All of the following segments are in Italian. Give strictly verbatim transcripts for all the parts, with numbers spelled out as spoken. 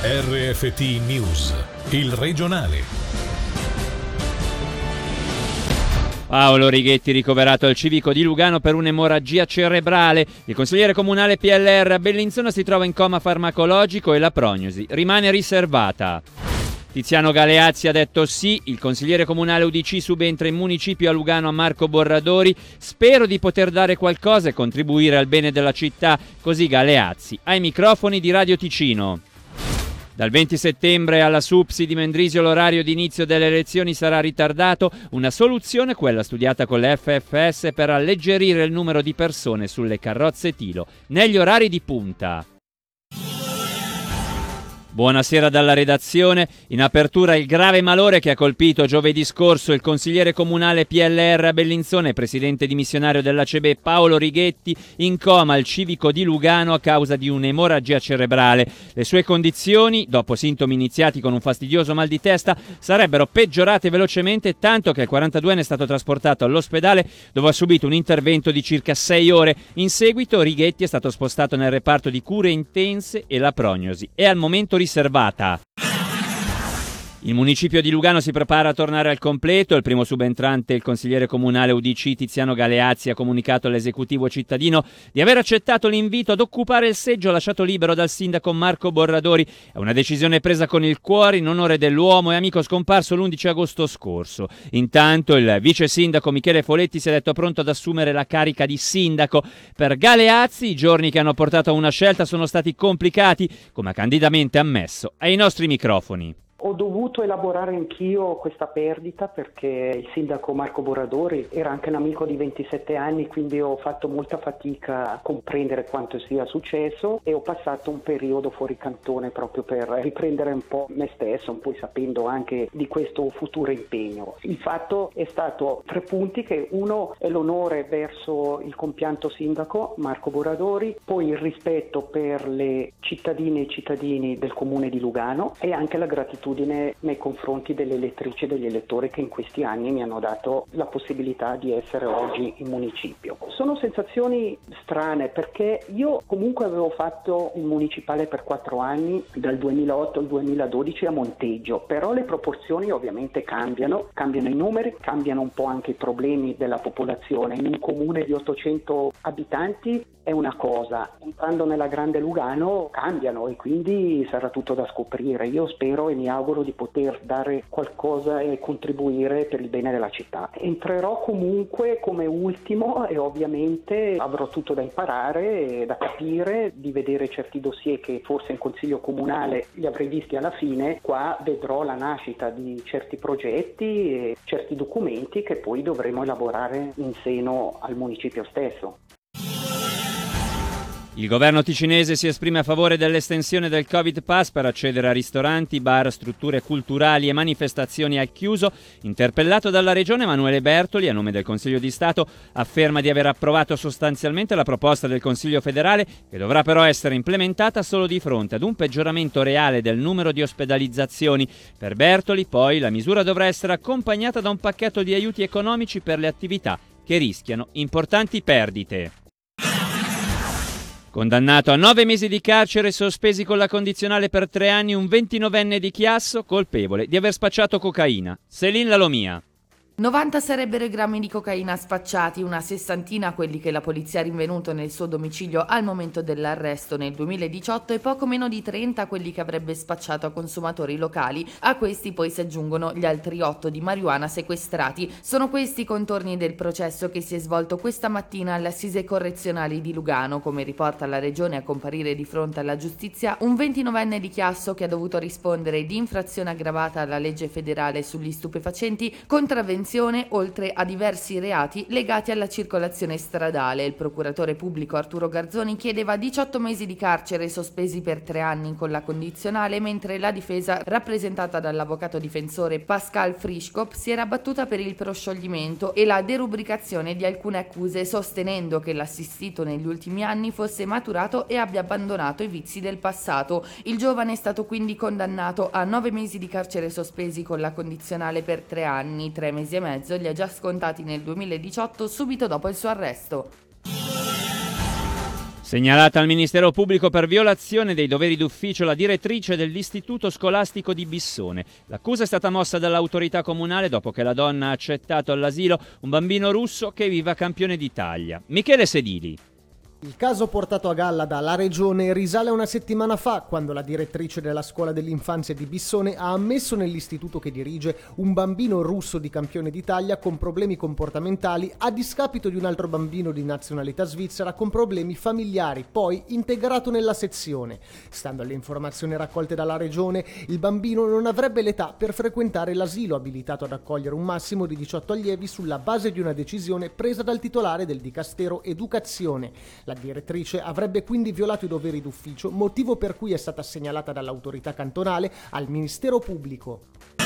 R F T News, il regionale. Paolo Righetti ricoverato al civico di Lugano per un'emorragia cerebrale. Il consigliere comunale P L R a Bellinzona si trova in coma farmacologico e la prognosi rimane riservata. Tiziano Galeazzi ha detto sì, il consigliere comunale U D C subentra in municipio a Lugano a Marco Borradori. Spero di poter dare qualcosa e contribuire al bene della città, così Galeazzi ai microfoni di Radio Ticino. Dal venti settembre alla Supsi di Mendrisio l'orario di inizio delle lezioni sarà ritardato, una soluzione quella studiata con le F F S per alleggerire il numero di persone sulle carrozze Tilo negli orari di punta. Buonasera dalla redazione. In apertura il grave malore che ha colpito giovedì scorso il consigliere comunale P L R a Bellinzona e presidente dimissionario dell'A C B Paolo Righetti, in coma al civico di Lugano a causa di un'emorragia cerebrale. Le sue condizioni, dopo sintomi iniziati con un fastidioso mal di testa, sarebbero peggiorate velocemente, tanto che il quarantaduenne è stato trasportato all'ospedale dove ha subito un intervento di circa sei ore. In seguito Righetti è stato spostato nel reparto di cure intense e la prognosi è al momento riservata. Il municipio di Lugano si prepara a tornare al completo. Il primo subentrante, il consigliere comunale U D C Tiziano Galeazzi, ha comunicato all'esecutivo cittadino di aver accettato l'invito ad occupare il seggio lasciato libero dal sindaco Marco Borradori. È una decisione presa con il cuore in onore dell'uomo e amico scomparso l'undici agosto scorso. Intanto il vice sindaco Michele Foletti si è detto pronto ad assumere la carica di sindaco. Per Galeazzi i giorni che hanno portato a una scelta sono stati complicati, come ha candidamente ammesso ai nostri microfoni. Ho dovuto elaborare anch'io questa perdita perché il sindaco Marco Borradori era anche un amico di ventisette anni, quindi ho fatto molta fatica a comprendere quanto sia successo e ho passato un periodo fuori cantone proprio per riprendere un po' me stesso, poi sapendo anche di questo futuro impegno. Il fatto è stato tre punti, che uno è l'onore verso il compianto sindaco Marco Borradori, poi il rispetto per le cittadine e cittadini del comune di Lugano e anche la gratitudine nei confronti delle elettrici e degli elettori che in questi anni mi hanno dato la possibilità di essere oggi in municipio. Sono sensazioni strane perché io comunque avevo fatto il municipale per quattro anni, dal duemilaotto al duemiladodici a Monteggio, però le proporzioni ovviamente cambiano, cambiano i numeri, cambiano un po' anche i problemi della popolazione. In un comune di ottocento abitanti è una cosa, entrando nella grande Lugano cambiano e quindi sarà tutto da scoprire. Io spero e mi auguro di poter dare qualcosa e contribuire per il bene della città. Entrerò comunque come ultimo e ovviamente avrò tutto da imparare, da capire, di vedere certi dossier che forse in consiglio comunale li avrei visti alla fine. Qua vedrò la nascita di certi progetti e certi documenti che poi dovremo elaborare in seno al municipio stesso. Il governo ticinese si esprime a favore dell'estensione del Covid Pass per accedere a ristoranti, bar, strutture culturali e manifestazioni al chiuso. Interpellato dalla regione, Emanuele Bertoli, a nome del Consiglio di Stato, afferma di aver approvato sostanzialmente la proposta del Consiglio federale, che dovrà però essere implementata solo di fronte ad un peggioramento reale del numero di ospedalizzazioni. Per Bertoli, poi, la misura dovrà essere accompagnata da un pacchetto di aiuti economici per le attività che rischiano importanti perdite. Condannato a nove mesi di carcere sospesi con la condizionale per tre anni un ventinovenne di Chiasso colpevole di aver spacciato cocaina. Céline Lalomia. novanta sarebbero i grammi di cocaina spacciati, una sessantina quelli che la polizia ha rinvenuto nel suo domicilio al momento dell'arresto nel duemiladiciotto e poco meno di trenta quelli che avrebbe spacciato a consumatori locali. A questi poi si aggiungono gli altri otto di marijuana sequestrati. Sono questi i contorni del processo che si è svolto questa mattina alle assise correzionali di Lugano. Come riporta la regione, a comparire di fronte alla giustizia un ventinovenne di Chiasso che ha dovuto rispondere di infrazione aggravata alla legge federale sugli stupefacenti, contravvenzione oltre a diversi reati legati alla circolazione stradale. Il procuratore pubblico Arturo Garzoni chiedeva diciotto mesi di carcere sospesi per tre anni con la condizionale, mentre la difesa, rappresentata dall'avvocato difensore Pascal Frischkop, si era battuta per il proscioglimento e la derubricazione di alcune accuse, sostenendo che l'assistito negli ultimi anni fosse maturato e abbia abbandonato i vizi del passato. Il giovane è stato quindi condannato a nove mesi di carcere sospesi con la condizionale per tre anni, tre mesi e mezzo li ha già scontati nel duemiladiciotto, subito dopo il suo arresto. Segnalata al Ministero Pubblico per violazione dei doveri d'ufficio la direttrice dell'Istituto Scolastico di Bissone. L'accusa è stata mossa dall'autorità comunale dopo che la donna ha accettato all'asilo un bambino russo che viva campione d'Italia. Michele Sedili. Il caso portato a galla dalla regione risale a una settimana fa, quando la direttrice della scuola dell'infanzia di Bissone ha ammesso nell'istituto che dirige un bambino russo di campione d'Italia con problemi comportamentali a discapito di un altro bambino di nazionalità svizzera con problemi familiari, poi integrato nella sezione. Stando alle informazioni raccolte dalla regione, il bambino non avrebbe l'età per frequentare l'asilo abilitato ad accogliere un massimo di diciotto allievi sulla base di una decisione presa dal titolare del Dicastero Educazione. La direttrice avrebbe quindi violato i doveri d'ufficio, motivo per cui è stata segnalata dall'autorità cantonale al Ministero Pubblico.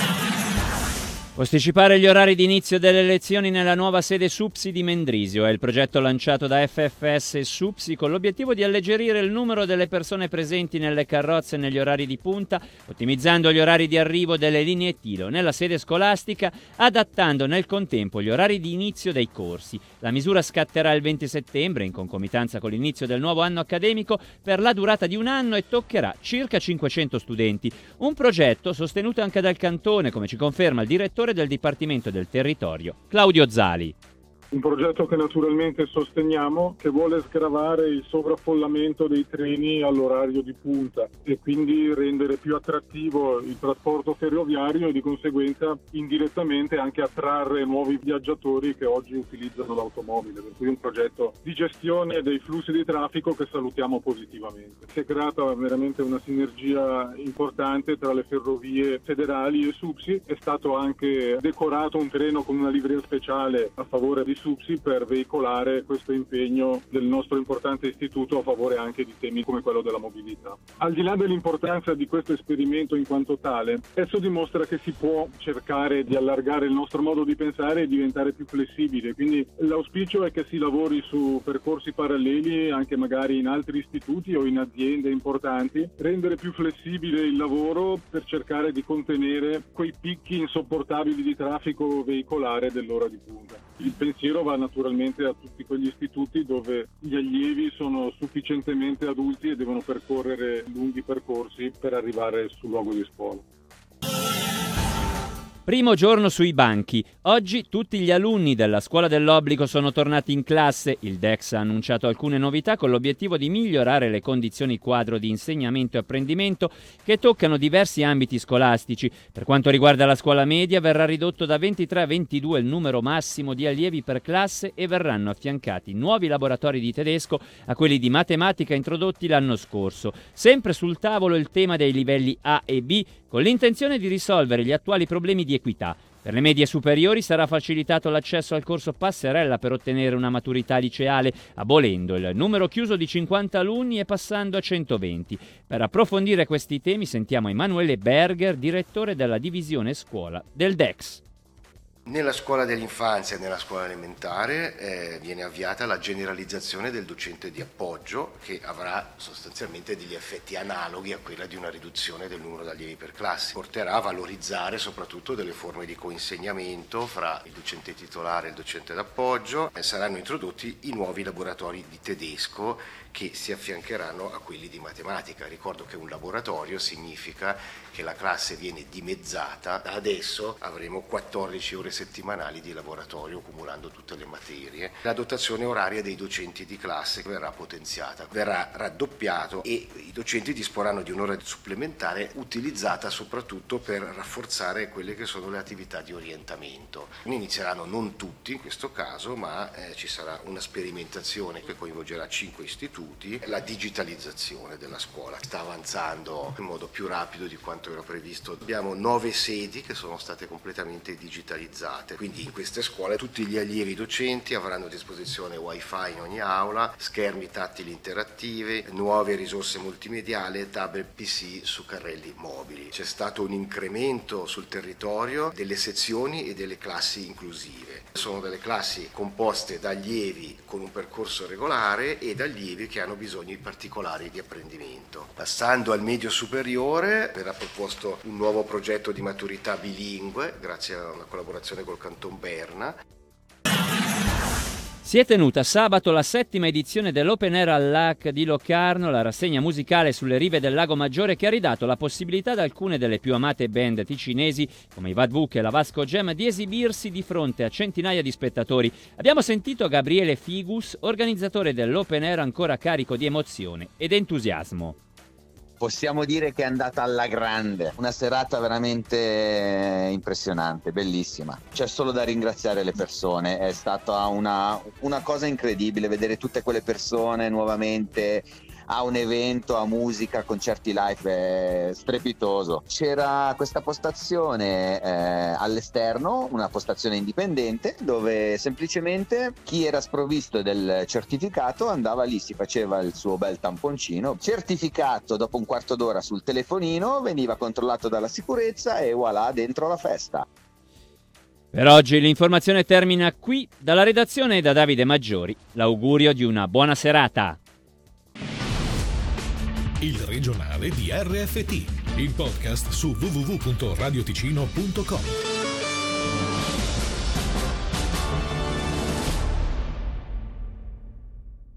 Posticipare gli orari di inizio delle lezioni nella nuova sede SUPSI di Mendrisio è il progetto lanciato da F F S e SUPSI con l'obiettivo di alleggerire il numero delle persone presenti nelle carrozze negli orari di punta, ottimizzando gli orari di arrivo delle linee tiro nella sede scolastica, adattando nel contempo gli orari di inizio dei corsi. La misura scatterà il venti settembre in concomitanza con l'inizio del nuovo anno accademico per la durata di un anno e toccherà circa cinquecento studenti. Un progetto sostenuto anche dal Cantone, come ci conferma il direttore del Dipartimento del Territorio, Claudio Zali. Un progetto che naturalmente sosteniamo, che vuole sgravare il sovraffollamento dei treni all'orario di punta e quindi rendere più attrattivo il trasporto ferroviario e di conseguenza indirettamente anche attrarre nuovi viaggiatori che oggi utilizzano l'automobile. Per cui un progetto di gestione dei flussi di traffico che salutiamo positivamente. Si è creata veramente una sinergia importante tra le ferrovie federali e SUPSI. È stato anche decorato un treno con una livrea speciale a favore di SUPSI per veicolare questo impegno del nostro importante istituto a favore anche di temi come quello della mobilità. Al di là dell'importanza di questo esperimento in quanto tale, esso dimostra che si può cercare di allargare il nostro modo di pensare e diventare più flessibile, quindi l'auspicio è che si lavori su percorsi paralleli anche magari in altri istituti o in aziende importanti, rendere più flessibile il lavoro per cercare di contenere quei picchi insopportabili di traffico veicolare dell'ora di punta. Il pensiero va naturalmente a tutti quegli istituti dove gli allievi sono sufficientemente adulti e devono percorrere lunghi percorsi per arrivare sul luogo di scuola. Primo giorno sui banchi. Oggi tutti gli alunni della scuola dell'obbligo sono tornati in classe. Il D E C S ha annunciato alcune novità con l'obiettivo di migliorare le condizioni quadro di insegnamento e apprendimento che toccano diversi ambiti scolastici. Per quanto riguarda la scuola media, verrà ridotto da ventitré a ventidue il numero massimo di allievi per classe e verranno affiancati nuovi laboratori di tedesco a quelli di matematica introdotti l'anno scorso. Sempre sul tavolo il tema dei livelli A e B, con l'intenzione di risolvere gli attuali problemi di equità. Per le medie superiori sarà facilitato l'accesso al corso passerella per ottenere una maturità liceale, abolendo il numero chiuso di cinquanta alunni e passando a centoventi. Per approfondire questi temi sentiamo Emanuele Berger, direttore della divisione scuola del D E C S. Nella scuola dell'infanzia e nella scuola elementare eh, viene avviata la generalizzazione del docente di appoggio, che avrà sostanzialmente degli effetti analoghi a quella di una riduzione del numero di allievi per classe. Porterà a valorizzare soprattutto delle forme di coinsegnamento fra il docente titolare e il docente d'appoggio. Eh, saranno introdotti i nuovi laboratori di tedesco che si affiancheranno a quelli di matematica. Ricordo che un laboratorio significa che la classe viene dimezzata. Adesso avremo quattordici ore settimanali di laboratorio cumulando tutte le materie. La dotazione oraria dei docenti di classe verrà potenziata, verrà raddoppiato e i docenti disporranno di un'ora supplementare utilizzata soprattutto per rafforzare quelle che sono le attività di orientamento. Inizieranno non tutti in questo caso, ma eh, ci sarà una sperimentazione che coinvolgerà cinque istituti. La digitalizzazione della scuola sta avanzando in modo più rapido di quanto era previsto. Abbiamo nove sedi che sono state completamente digitalizzate, quindi in queste scuole tutti gli allievi docenti avranno a disposizione wifi in ogni aula, schermi tattili interattivi, nuove risorse multimediali e tablet P C su carrelli mobili. C'è stato un incremento sul territorio delle sezioni e delle classi inclusive. Sono delle classi composte da allievi con un percorso regolare e da allievi che hanno bisogni particolari di apprendimento. Passando al medio superiore verrà proposto un nuovo progetto di maturità bilingue grazie a una collaborazione col Canton Berna. Si è tenuta sabato la settima edizione dell'Open Air al Lac di Locarno, la rassegna musicale sulle rive del Lago Maggiore che ha ridato la possibilità ad alcune delle più amate band ticinesi, come i Vadvuk e la Vasco Jam, di esibirsi di fronte a centinaia di spettatori. Abbiamo sentito Gabriele Figus, organizzatore dell'Open Air, ancora carico di emozione ed entusiasmo. Possiamo dire che è andata alla grande, una serata veramente impressionante, bellissima. C'è solo da ringraziare le persone, è stata una, una cosa incredibile vedere tutte quelle persone nuovamente a un evento, a musica, concerti live, è strepitoso. C'era questa postazione eh, all'esterno, una postazione indipendente, dove semplicemente chi era sprovvisto del certificato andava lì, si faceva il suo bel tamponcino, certificato dopo un quarto d'ora sul telefonino, veniva controllato dalla sicurezza e voilà, dentro la festa. Per oggi l'informazione termina qui. Dalla redazione da Davide Maggiori, l'augurio di una buona serata. Il regionale di R F T, il podcast su w w w punto radioticino punto com.